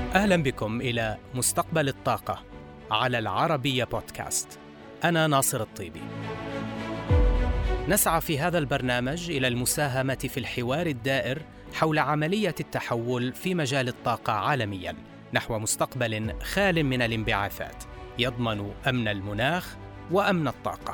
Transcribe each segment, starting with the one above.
أهلا بكم إلى مستقبل الطاقة على العربية بودكاست. أنا ناصر الطيبي. نسعى في هذا البرنامج إلى المساهمة في الحوار الدائر حول عملية التحول في مجال الطاقة عالمياً نحو مستقبل خال من الانبعاثات يضمن أمن المناخ وأمن الطاقة.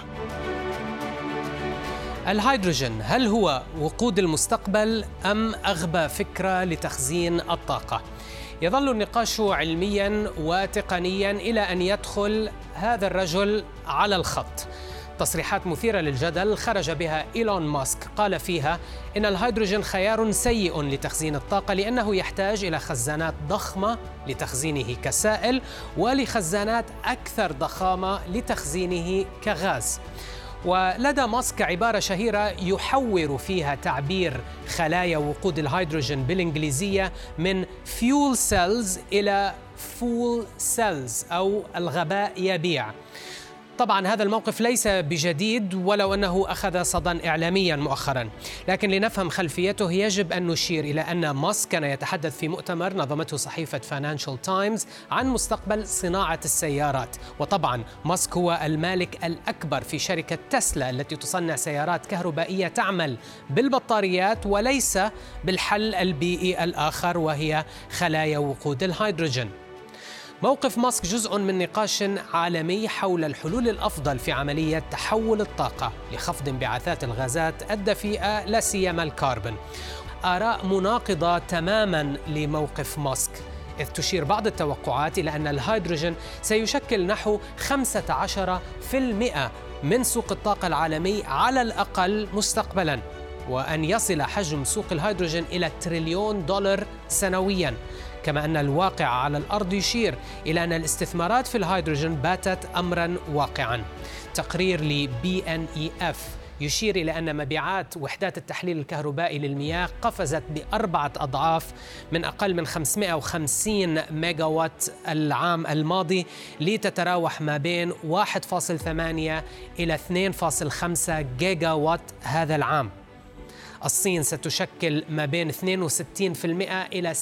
الهيدروجين هل هو وقود المستقبل أم أغبى فكرة لتخزين الطاقة؟ يظل النقاش علمياً وتقنياً إلى أن يدخل هذا الرجل على الخط. تصريحات مثيرة للجدل خرج بها إيلون ماسك، قال فيها إن الهيدروجين خيار سيء لتخزين الطاقة لأنه يحتاج إلى خزانات ضخمة لتخزينه كسائل ولخزانات أكثر ضخامة لتخزينه كغاز. ولدى ماسك عبارة شهيرة يحور فيها تعبير خلايا وقود الهيدروجين بالإنجليزية من fuel cells إلى fool cells أو الغباء يبيع. طبعا هذا الموقف ليس بجديد ولو أنه أخذ صدى إعلاميا مؤخرا، لكن لنفهم خلفيته يجب أن نشير إلى أن ماسك كان يتحدث في مؤتمر نظمته صحيفة فاينانشال تايمز عن مستقبل صناعة السيارات. وطبعا ماسك هو المالك الأكبر في شركة تسلا التي تصنع سيارات كهربائية تعمل بالبطاريات وليس بالحل البيئي الآخر وهي خلايا وقود الهيدروجين. موقف ماسك جزء من نقاش عالمي حول الحلول الأفضل في عملية تحول الطاقة لخفض انبعاثات الغازات الدفيئة لا سيما الكربون. آراء مناقضة تماما لموقف ماسك، إذ تشير بعض التوقعات إلى أن الهيدروجين سيشكل نحو 15% من سوق الطاقة العالمي على الأقل مستقبلاً، وأن يصل حجم سوق الهيدروجين إلى $1 تريليون سنوياً. كما أن الواقع على الأرض يشير إلى أن الاستثمارات في الهيدروجين باتت أمراً واقعاً. تقرير BNEF يشير إلى أن مبيعات وحدات التحليل الكهربائي للمياه قفزت ب4 أضعاف من أقل من 550 ميجاوات العام الماضي لتتراوح ما بين 1.8 إلى 2.5 جيجاوات هذا العام. الصين ستشكل ما بين 62% إلى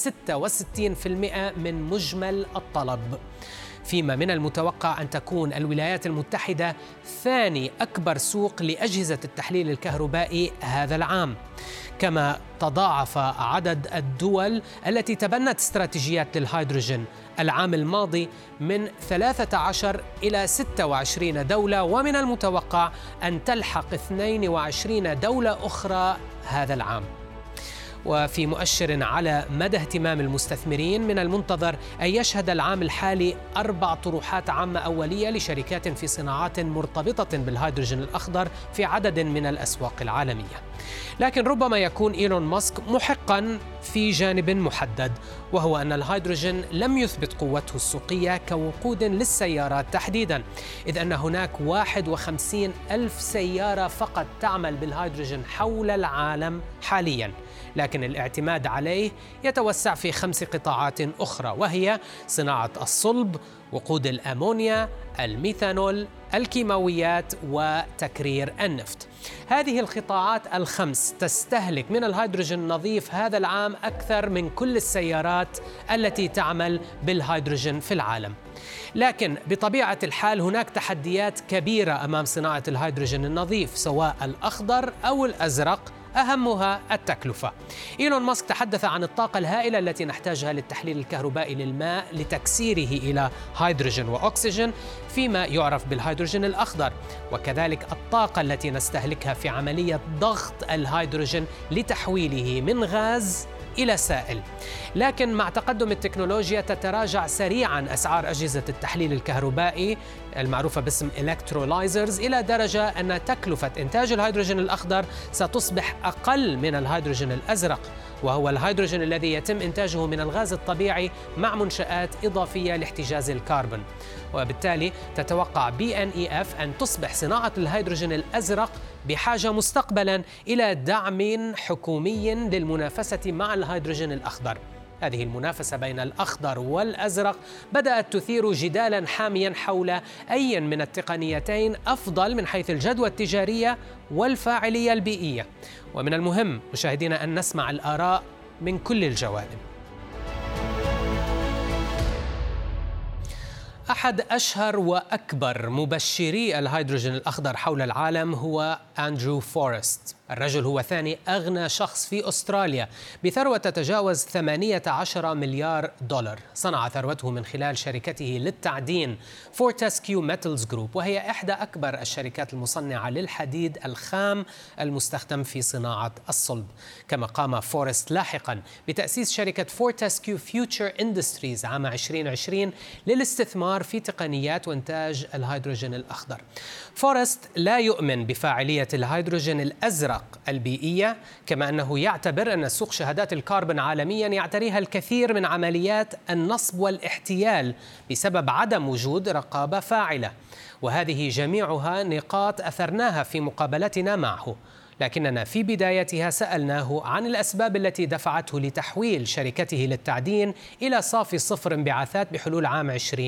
66% من مجمل الطلب، فيما من المتوقع أن تكون الولايات المتحدة ثاني أكبر سوق لأجهزة التحليل الكهربائي هذا العام. كما تضاعف عدد الدول التي تبنت استراتيجيات للهيدروجين العام الماضي من 13 إلى 26 دولة، ومن المتوقع أن تلحق 22 دولة أخرى هذا العام. وفي مؤشر على مدى اهتمام المستثمرين، من المنتظر أن يشهد العام الحالي 4 طروحات عامة أولية لشركات في صناعات مرتبطة بالهيدروجين الأخضر في عدد من الأسواق العالمية. لكن ربما يكون إيلون ماسك محقاً في جانب محدد، وهو أن الهيدروجين لم يثبت قوته السوقية كوقود للسيارات تحديداً، إذ أن هناك 51,000 سيارة فقط تعمل بالهيدروجين حول العالم حالياً. لكن الاعتماد عليه يتوسع في 5 قطاعات أخرى، وهي صناعة الصلب، وقود الأمونيا، الميثانول، الكيماويات، وتكرير النفط. هذه القطاعات الخمس تستهلك من الهيدروجين النظيف هذا العام أكثر من كل السيارات التي تعمل بالهيدروجين في العالم. لكن بطبيعة الحال هناك تحديات كبيرة أمام صناعة الهيدروجين النظيف سواء الأخضر أو الأزرق، أهمها التكلفة. إيلون ماسك تحدث عن الطاقة الهائلة التي نحتاجها للتحليل الكهربائي للماء لتكسيره إلى هيدروجين وأكسجين فيما يعرف بالهيدروجين الأخضر، وكذلك الطاقة التي نستهلكها في عملية ضغط الهيدروجين لتحويله من غاز إلى سائل. لكن مع تقدم التكنولوجيا تتراجع سريعاً أسعار أجهزة التحليل الكهربائي المعروفة باسم إلكترولايزرز إلى درجة أن تكلفة إنتاج الهيدروجين الأخضر ستصبح أقل من الهيدروجين الأزرق، وهو الهيدروجين الذي يتم إنتاجه من الغاز الطبيعي مع منشآت إضافية لاحتجاز الكربون. وبالتالي تتوقع BNEF أن تصبح صناعة الهيدروجين الأزرق بحاجة مستقبلاً إلى دعم حكومي للمنافسة مع الهيدروجين الأخضر. هذه المنافسة بين الأخضر والأزرق بدأت تثير جدالاً حامياً حول أي من التقنيتين أفضل من حيث الجدوى التجارية والفاعلية البيئية. ومن المهم مشاهدينا أن نسمع الآراء من كل الجوانب. أحد أشهر وأكبر مبشري الهيدروجين الأخضر حول العالم هو أندرو فورست. الرجل هو ثاني أغنى شخص في أستراليا بثروة تتجاوز 18 مليار دولار. صنع ثروته من خلال شركته للتعدين فورتسكيو ميتالز جروب، وهي إحدى أكبر الشركات المصنعة للحديد الخام المستخدم في صناعة الصلب. كما قام فورست لاحقا بتأسيس شركة فورتسكيو فيوتشر اندستريز عام 2020 للاستثمار في تقنيات وإنتاج الهيدروجين الأخضر. فورست لا يؤمن بفاعلية الهيدروجين الأزرق البيئية، كما أنه يعتبر أن سوق شهادات الكربون عالميا يعتريها الكثير من عمليات النصب والاحتيال بسبب عدم وجود رقابة فاعلة، وهذه جميعها نقاط أثرناها في مقابلتنا معه. لكننا في بدايتها سألناه عن الأسباب التي دفعته لتحويل شركته للتعدين إلى صافي صفر انبعاثات بحلول عام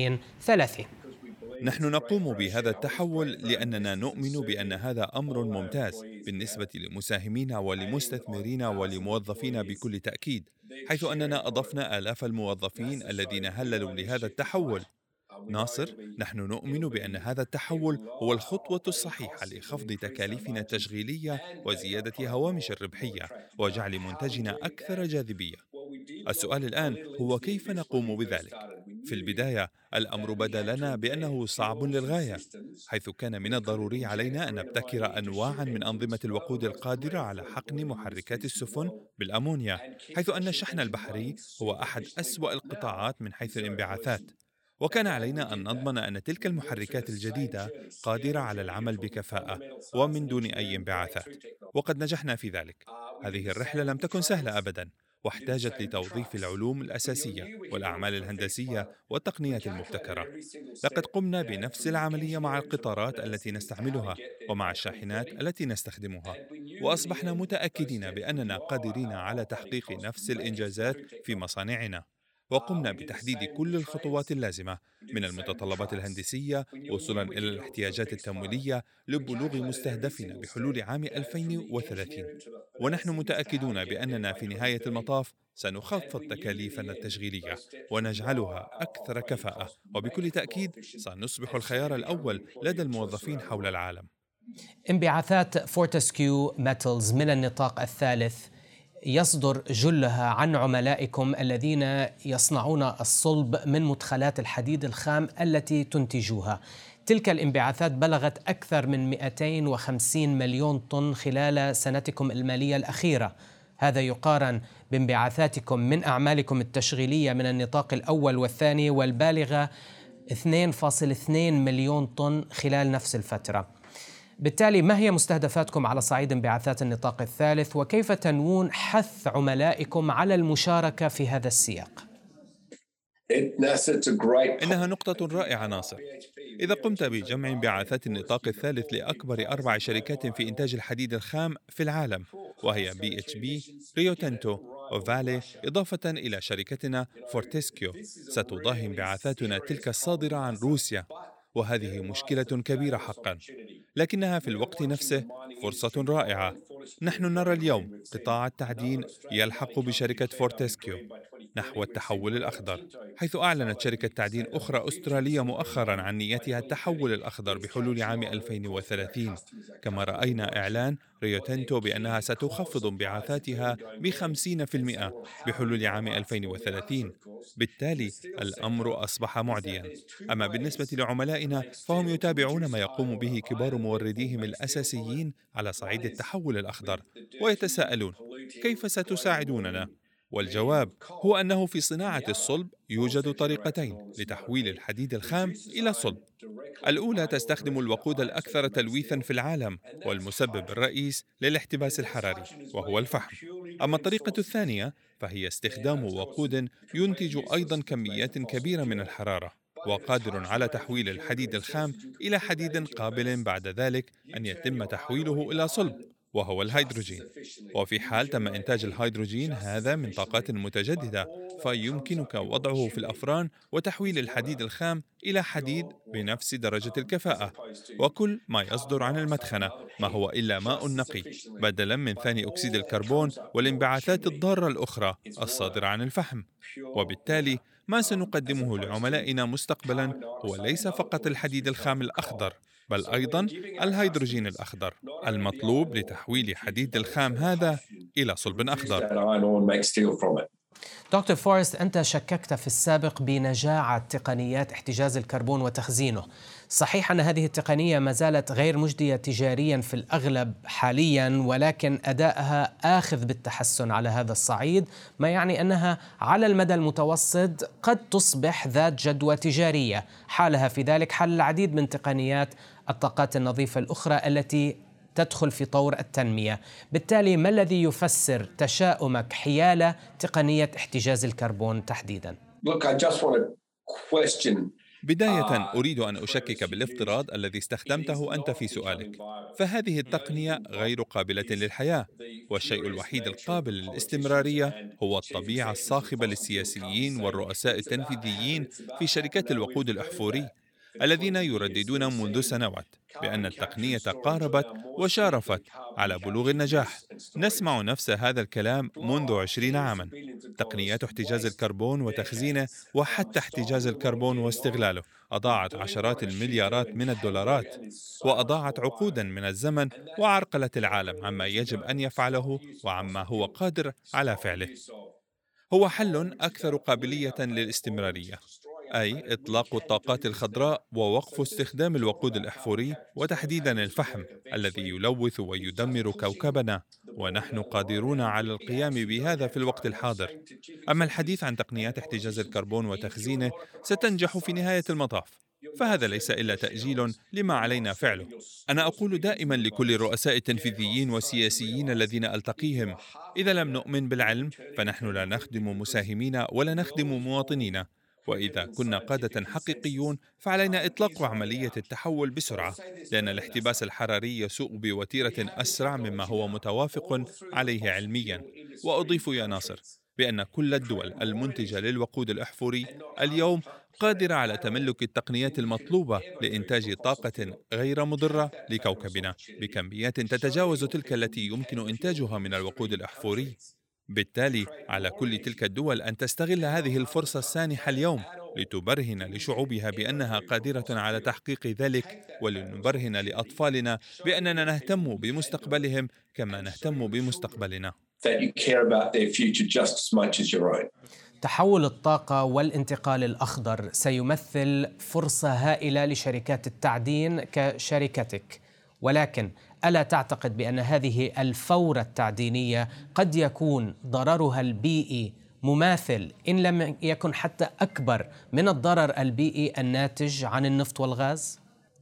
2030. نحن نقوم بهذا التحول لأننا نؤمن بأن هذا أمر ممتاز بالنسبة لمساهمين ولمستثمرين ولموظفين بكل تأكيد، حيث أننا أضفنا آلاف الموظفين الذين هللوا لهذا التحول. ناصر، نحن نؤمن بأن هذا التحول هو الخطوة الصحيحة لخفض تكاليفنا التشغيلية وزيادة هوامش الربحية وجعل منتجنا أكثر جاذبية. السؤال الآن هو كيف نقوم بذلك؟ في البداية الأمر بدا لنا بأنه صعب للغاية، حيث كان من الضروري علينا أن نبتكر أنواعا من أنظمة الوقود القادرة على حقن محركات السفن بالأمونيا، حيث أن الشحن البحري هو أحد أسوأ القطاعات من حيث الانبعاثات. وكان علينا أن نضمن أن تلك المحركات الجديدة قادرة على العمل بكفاءة ومن دون أي انبعاثات، وقد نجحنا في ذلك. هذه الرحلة لم تكن سهلة أبداً، واحتاجت لتوظيف العلوم الأساسية والأعمال الهندسية والتقنيات المبتكرة. لقد قمنا بنفس العملية مع القطارات التي نستعملها ومع الشاحنات التي نستخدمها، وأصبحنا متأكدين بأننا قادرين على تحقيق نفس الإنجازات في مصانعنا. وقمنا بتحديد كل الخطوات اللازمة من المتطلبات الهندسية وصولا إلى الاحتياجات التمويلية لبلوغ مستهدفنا بحلول عام 2030. ونحن متأكدون بأننا في نهاية المطاف سنخفض تكاليفنا التشغيلية ونجعلها أكثر كفاءة، وبكل تأكيد سنصبح الخيار الأول لدى الموظفين حول العالم. انبعاثات فورتسكيو ميتالز من النطاق الثالث يصدر جلها عن عملائكم الذين يصنعون الصلب من مدخلات الحديد الخام التي تنتجوها. تلك الانبعاثات بلغت أكثر من 250 مليون طن خلال سنتكم المالية الأخيرة. هذا يقارن بانبعاثاتكم من أعمالكم التشغيلية من النطاق الأول والثاني والبالغة 2.2 مليون طن خلال نفس الفترة. بالتالي ما هي مستهدفاتكم على صعيد انبعاثات النطاق الثالث، وكيف تنوون حث عملائكم على المشاركة في هذا السياق؟ إنها نقطة رائعة ناصر. إذا قمت بجمع انبعاثات النطاق الثالث لأكبر 4 شركات في إنتاج الحديد الخام في العالم، وهي BHP، ريو تينتو وفالي، إضافة إلى شركتنا فورتسكيو، ستضاهي انبعاثاتنا تلك الصادرة عن روسيا. وهذه مشكلة كبيرة حقا، لكنها في الوقت نفسه فرصة رائعة. نحن نرى اليوم قطاع التعدين يلحق بشركة فورتسكيو نحو التحول الأخضر، حيث أعلنت شركة تعدين أخرى أسترالية مؤخرا عن نيتها التحول الأخضر بحلول عام 2030. كما رأينا إعلان ريو تينتو بأنها ستخفض انبعاثاتها ب50% بحلول عام 2030. بالتالي الأمر أصبح معديا. أما بالنسبة لعملائنا فهم يتابعون ما يقوم به كبار مورديهم الأساسيين على صعيد التحول الأخضر، ويتساءلون كيف ستساعدوننا؟ والجواب هو أنه في صناعة الصلب يوجد طريقتين لتحويل الحديد الخام إلى صلب. الأولى تستخدم الوقود الأكثر تلويثاً في العالم والمسبب الرئيس للاحتباس الحراري، وهو الفحم. أما الطريقة الثانية فهي استخدام وقود ينتج أيضاً كميات كبيرة من الحرارة، وقادر على تحويل الحديد الخام إلى حديد قابل بعد ذلك أن يتم تحويله إلى صلب، وهو الهيدروجين. وفي حال تم إنتاج الهيدروجين هذا من طاقات متجددة، فيمكنك وضعه في الأفران وتحويل الحديد الخام إلى حديد بنفس درجة الكفاءة، وكل ما يصدر عن المدخنة ما هو إلا ماء نقي بدلاً من ثاني أكسيد الكربون والانبعاثات الضارة الأخرى الصادرة عن الفحم. وبالتالي ما سنقدمه لعملائنا مستقبلاً هو ليس فقط الحديد الخام الأخضر، بل أيضاً الهيدروجين الأخضر المطلوب لتحويل حديد الخام هذا إلى صلب أخضر. دكتور فورست، أنت شككت في السابق بنجاعة تقنيات احتجاز الكربون وتخزينه. صحيح أن هذه التقنية ما زالت غير مجدية تجاريا في الأغلب حاليا، ولكن أدائها آخذ بالتحسن على هذا الصعيد، ما يعني أنها على المدى المتوسط قد تصبح ذات جدوى تجارية. حالها في ذلك حال العديد من تقنيات الطاقات النظيفة الأخرى التي تدخل في طور التنمية. بالتالي ما الذي يفسر تشاؤمك حيال تقنية احتجاز الكربون تحديداً؟ بداية أريد أن أشكك بالافتراض الذي استخدمته أنت في سؤالك، فهذه التقنية غير قابلة للحياة، والشيء الوحيد القابل للاستمرارية هو الطبيعة الصاخبة للسياسيين والرؤساء التنفيذيين في شركات الوقود الأحفوري الذين يرددون منذ سنوات بأن التقنية قاربت وشارفت على بلوغ النجاح. نسمع نفس هذا الكلام منذ 20 عاما. تقنيات احتجاز الكربون وتخزينه وحتى احتجاز الكربون واستغلاله أضاعت عشرات المليارات من الدولارات، وأضاعت عقودا من الزمن، وعرقلت العالم عما يجب أن يفعله وعما هو قادر على فعله. هو حل أكثر قابلية للاستمرارية، أي إطلاق الطاقات الخضراء ووقف استخدام الوقود الأحفوري وتحديداً الفحم الذي يلوث ويدمر كوكبنا، ونحن قادرون على القيام بهذا في الوقت الحاضر. أما الحديث عن تقنيات احتجاز الكربون وتخزينه ستنجح في نهاية المطاف، فهذا ليس إلا تأجيل لما علينا فعله. أنا أقول دائما لكل الرؤساء التنفيذيين والسياسيين الذين ألتقيهم: إذا لم نؤمن بالعلم فنحن لا نخدم مساهمين ولا نخدم مواطنين، وإذا كنا قادة حقيقيون فعلينا إطلاق عملية التحول بسرعة، لأن الاحتباس الحراري يسوء بوتيرة أسرع مما هو متوافق عليه علميا. وأضيف يا ناصر بأن كل الدول المنتجة للوقود الأحفوري اليوم قادرة على تملك التقنيات المطلوبة لإنتاج طاقة غير مضرة لكوكبنا بكميات تتجاوز تلك التي يمكن إنتاجها من الوقود الأحفوري. بالتالي على كل تلك الدول أن تستغل هذه الفرصة السانحة اليوم لتبرهن لشعوبها بأنها قادرة على تحقيق ذلك، ولنبرهن لأطفالنا بأننا نهتم بمستقبلهم كما نهتم بمستقبلنا. تحول الطاقة والانتقال الأخضر سيمثل فرصة هائلة لشركات التعدين كشركتك، ولكن ألا تعتقد بأن هذه الفورة التعدينية قد يكون ضررها البيئي مماثل إن لم يكن حتى أكبر من الضرر البيئي الناتج عن النفط والغاز؟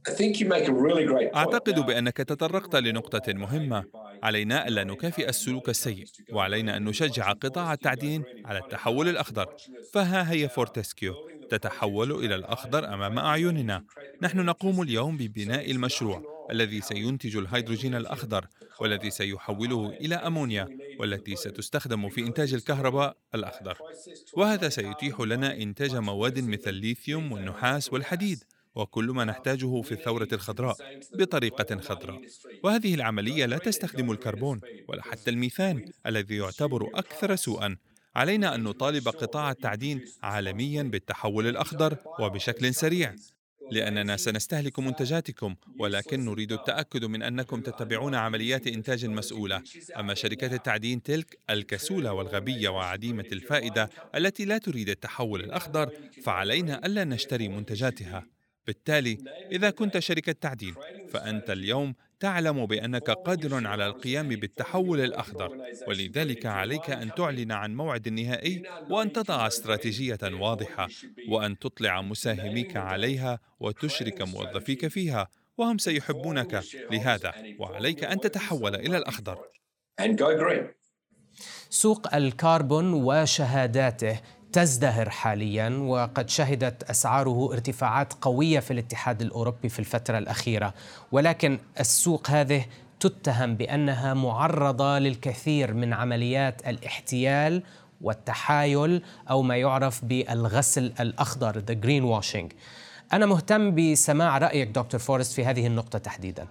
أعتقد بأنك تطرقت لنقطة مهمة. علينا ألا نكافئ السلوك السيء، وعلينا أن نشجع قطاع التعدين على التحول الأخضر. فها هي فورتسكيو تتحول إلى الأخضر أمام أعيننا. نحن نقوم اليوم ببناء المشروع الذي سينتج الهيدروجين الأخضر، والذي سيحوله إلى أمونيا، والتي ستستخدم في إنتاج الكهرباء الأخضر. وهذا سيتيح لنا إنتاج مواد مثل الليثيوم والنحاس والحديد وكل ما نحتاجه في الثورة الخضراء بطريقة خضراء. وهذه العملية لا تستخدم الكربون ولا حتى الميثان الذي يعتبر أكثر سوءاً. علينا أن نطالب قطاع التعدين عالمياً بالتحول الأخضر وبشكل سريع، لأننا سنستهلك منتجاتكم، ولكن نريد التأكد من أنكم تتبعون عمليات إنتاج مسؤولة. أما شركات التعدين تلك الكسولة والغبية وعديمة الفائدة التي لا تريد التحول الأخضر، فعلينا ألا نشتري منتجاتها. بالتالي إذا كنت شركة تعدين فأنت اليوم تعلم بأنك قادر على القيام بالتحول الأخضر، ولذلك عليك أن تعلن عن موعد نهائي، وأن تضع استراتيجية واضحة، وأن تطلع مساهميك عليها وتشرك موظفيك فيها، وهم سيحبونك لهذا، وعليك أن تتحول إلى الأخضر. سوق الكربون وشهاداته تزدهر حالياً، وقد شهدت أسعاره ارتفاعات قوية في الاتحاد الأوروبي في الفترة الأخيرة، ولكن السوق هذه تتهم بأنها معرضة للكثير من عمليات الاحتيال والتحايل أو ما يعرف بالغسل الأخضر the greenwashing. أنا مهتم بسماع رأيك دكتور فورست في هذه النقطة تحديداً.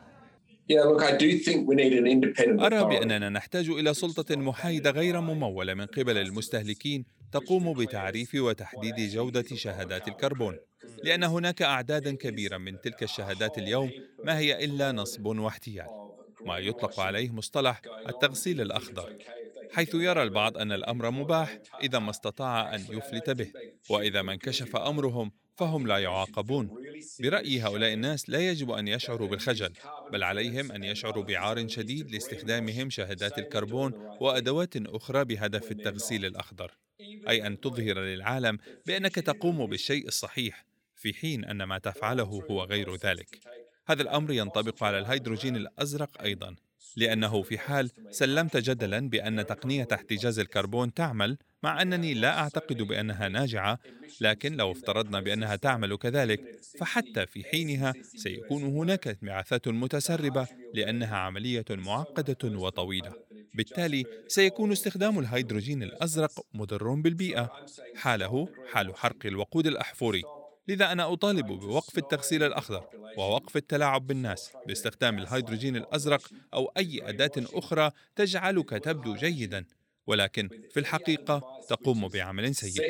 أرى بأننا نحتاج إلى سلطة محايدة غير ممولة من قبل المستهلكين تقوم بتعريف وتحديد جودة شهادات الكربون، لأن هناك أعداد كبيرة من تلك الشهادات اليوم ما هي إلا نصب واحتيال، ما يطلق عليه مصطلح التغسيل الأخضر، حيث يرى البعض أن الأمر مباح إذا ما استطاع أن يفلت به، وإذا ما انكشف أمرهم فهم لا يعاقبون. برأيي هؤلاء الناس لا يجب أن يشعروا بالخجل، بل عليهم أن يشعروا بعار شديد لاستخدامهم شهادات الكربون وأدوات أخرى بهدف التغسيل الأخضر، أي أن تظهر للعالم بأنك تقوم بالشيء الصحيح في حين أن ما تفعله هو غير ذلك. هذا الأمر ينطبق على الهيدروجين الأزرق أيضاً، لأنه في حال سلمت جدلاً بأن تقنية احتجاز الكربون تعمل، مع أنني لا أعتقد بأنها ناجعة، لكن لو افترضنا بأنها تعمل كذلك، فحتى في حينها سيكون هناك انبعاثات متسربة لأنها عملية معقدة وطويلة. بالتالي سيكون استخدام الهيدروجين الأزرق مضر بالبيئة، حاله حال حرق الوقود الأحفوري. لذا أنا أطالب بوقف التغسيل الأخضر ووقف التلاعب بالناس باستخدام الهيدروجين الأزرق أو أي أداة أخرى تجعلك تبدو جيداً، ولكن في الحقيقة تقوم بعمل سيء.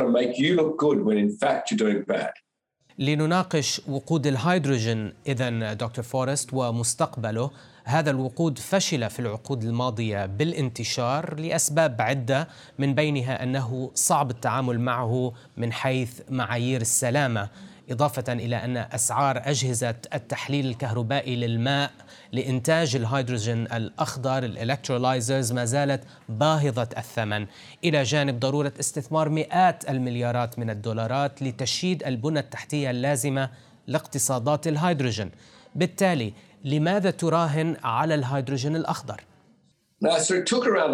لنناقش وقود الهيدروجين إذن دكتور فورست ومستقبله. هذا الوقود فشل في العقود الماضية بالانتشار لأسباب عدة، من بينها أنه صعب التعامل معه من حيث معايير السلامة، إضافة إلى أن أسعار أجهزة التحليل الكهربائي للماء لإنتاج الهيدروجين الأخضر الإلكترولايزرز ما زالت باهظة الثمن، إلى جانب ضرورة استثمار مئات المليارات من الدولارات لتشييد البنى التحتية اللازمة لاقتصادات الهيدروجين. بالتالي لماذا تراهن على الهيدروجين الأخضر؟ ناصر،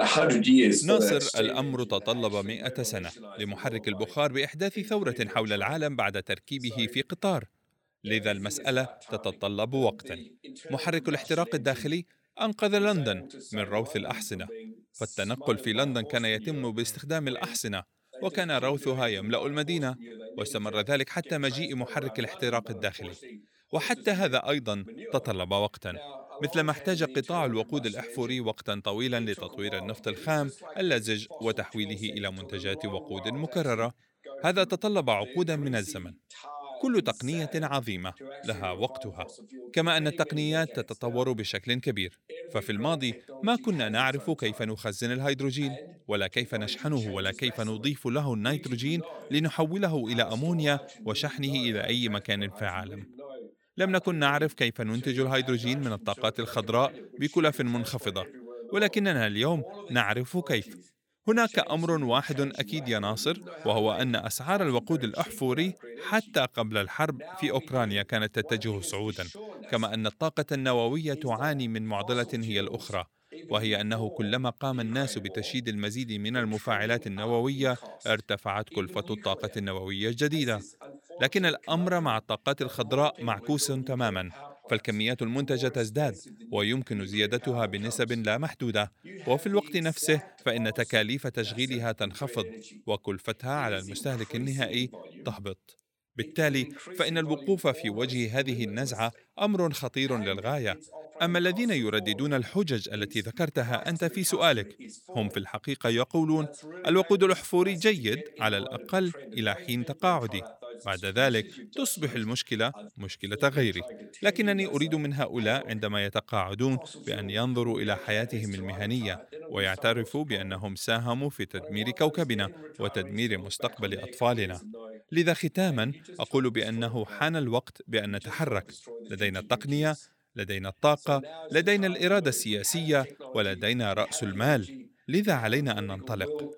الأمر تطلب 100 سنة لمحرك البخار بإحداث ثورة حول العالم بعد تركيبه في قطار، لذا المسألة تتطلب وقتا. محرك الاحتراق الداخلي أنقذ لندن من روث الأحصنة، فالتنقل في لندن كان يتم باستخدام الأحصنة، وكان روثها يملأ المدينة، واستمر ذلك حتى مجيء محرك الاحتراق الداخلي، وحتى هذا أيضا تطلب وقتا، مثلما احتاج قطاع الوقود الأحفوري وقتا طويلا لتطوير النفط الخام اللزج وتحويله إلى منتجات وقود مكررة. هذا تطلب عقودا من الزمن. كل تقنية عظيمة لها وقتها، كما أن التقنيات تتطور بشكل كبير. ففي الماضي ما كنا نعرف كيف نخزن الهيدروجين، ولا كيف نشحنه، ولا كيف نضيف له النيتروجين لنحوله إلى أمونيا وشحنه إلى أي مكان في العالم. لم نكن نعرف كيف ننتج الهيدروجين من الطاقات الخضراء بكلف منخفضة، ولكننا اليوم نعرف كيف. هناك أمر واحد أكيد يا ناصر، وهو أن أسعار الوقود الأحفوري حتى قبل الحرب في أوكرانيا كانت تتجه صعودا، كما أن الطاقة النووية تعاني من معضلة هي الأخرى، وهي أنه كلما قام الناس بتشييد المزيد من المفاعلات النووية ارتفعت كلفة الطاقة النووية الجديدة. لكن الأمر مع الطاقات الخضراء معكوس تماما، فالكميات المنتجة تزداد ويمكن زيادتها بنسب لا محدودة، وفي الوقت نفسه فإن تكاليف تشغيلها تنخفض وكلفتها على المستهلك النهائي تهبط. بالتالي فإن الوقوف في وجه هذه النزعة أمر خطير للغاية. أما الذين يرددون الحجج التي ذكرتها أنت في سؤالك هم في الحقيقة يقولون الوقود الأحفوري جيد على الأقل إلى حين تقاعدي، بعد ذلك تصبح المشكلة مشكلة غيري. لكنني أريد من هؤلاء عندما يتقاعدون بأن ينظروا إلى حياتهم المهنية ويعترفوا بأنهم ساهموا في تدمير كوكبنا وتدمير مستقبل أطفالنا. لذا ختاما أقول بأنه حان الوقت بأن نتحرك. لدينا التقنية، لدينا الطاقة، لدينا الإرادة السياسية، ولدينا رأس المال، لذا علينا أن ننطلق.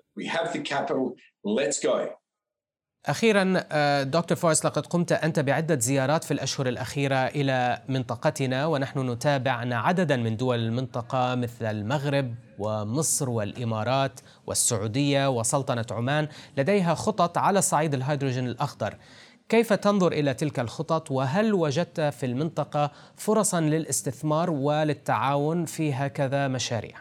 أخيراً دكتور فورست، لقد قمت أنت بعدة زيارات في الأشهر الأخيرة إلى منطقتنا، ونحن نتابع أن عدداً من دول المنطقة مثل المغرب ومصر والإمارات والسعودية وسلطنة عمان لديها خطط على صعيد الهيدروجين الأخضر. كيف تنظر إلى تلك الخطط، وهل وجدت في المنطقة فرصا للاستثمار وللتعاون في هكذا مشاريع؟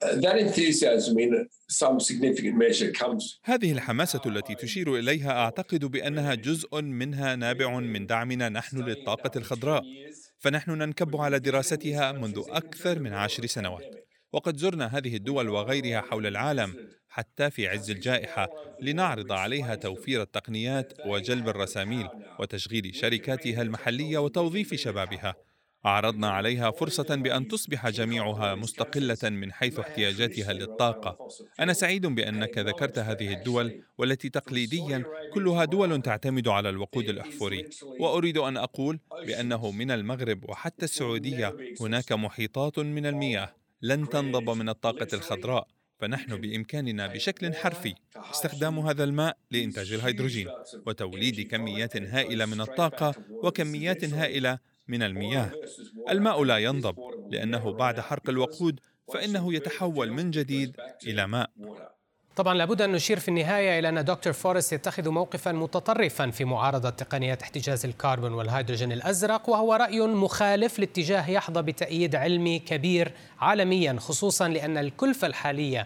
هذه الحماسة التي تشير إليها أعتقد بأنها جزء منها نابع من دعمنا نحن للطاقة الخضراء، فنحن ننكب على دراستها منذ أكثر من 10 سنوات، وقد زرنا هذه الدول وغيرها حول العالم حتى في عز الجائحة لنعرض عليها توفير التقنيات وجلب الرساميل وتشغيل شركاتها المحلية وتوظيف شبابها. عرضنا عليها فرصة بأن تصبح جميعها مستقلة من حيث احتياجاتها للطاقة. أنا سعيد بأنك ذكرت هذه الدول والتي تقليديا كلها دول تعتمد على الوقود الأحفوري، وأريد أن أقول بأنه من المغرب وحتى السعودية هناك محيطات من المياه لن تنضب من الطاقة الخضراء، فنحن بإمكاننا بشكل حرفي استخدام هذا الماء لإنتاج الهيدروجين وتوليد كميات هائلة من الطاقة وكميات هائلة من المياه. الماء لا ينضب لأنه بعد حرق الوقود فإنه يتحول من جديد إلى ماء. طبعا لابد أن نشير في النهاية إلى أن دكتور فورست يتخذ موقفا متطرفا في معارضة تقنيات احتجاز الكربون والهيدروجين الأزرق، وهو رأي مخالف لاتجاه يحظى بتأييد علمي كبير عالميا، خصوصا لأن الكلفة الحالية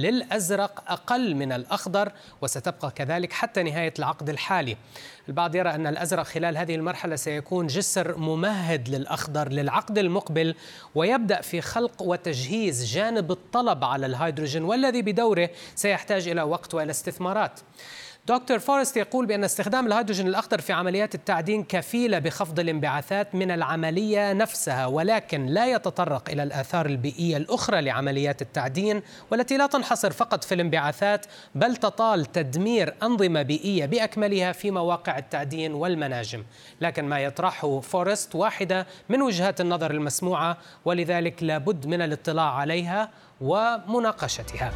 للأزرق أقل من الأخضر وستبقى كذلك حتى نهاية العقد الحالي. البعض يرى أن الأزرق خلال هذه المرحلة سيكون جسر ممهد للأخضر للعقد المقبل، ويبدأ في خلق وتجهيز جانب الطلب على الهيدروجين، والذي بدوره سيحتاج إلى وقت وإلى استثمارات. دكتور فورست يقول بأن استخدام الهيدروجين الأخضر في عمليات التعدين كفيلة بخفض الانبعاثات من العملية نفسها، ولكن لا يتطرق إلى الآثار البيئية الأخرى لعمليات التعدين، والتي لا تنحصر فقط في الانبعاثات بل تطال تدمير أنظمة بيئية بأكملها في مواقع التعدين والمناجم. لكن ما يطرحه فورست واحدة من وجهات النظر المسموعة، ولذلك لابد من الاطلاع عليها ومناقشتها.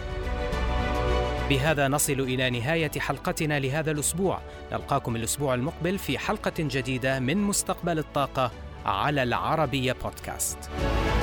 بهذا نصل إلى نهاية حلقتنا لهذا الأسبوع. نلقاكم الأسبوع المقبل في حلقة جديدة من مستقبل الطاقة على العربية بودكاست.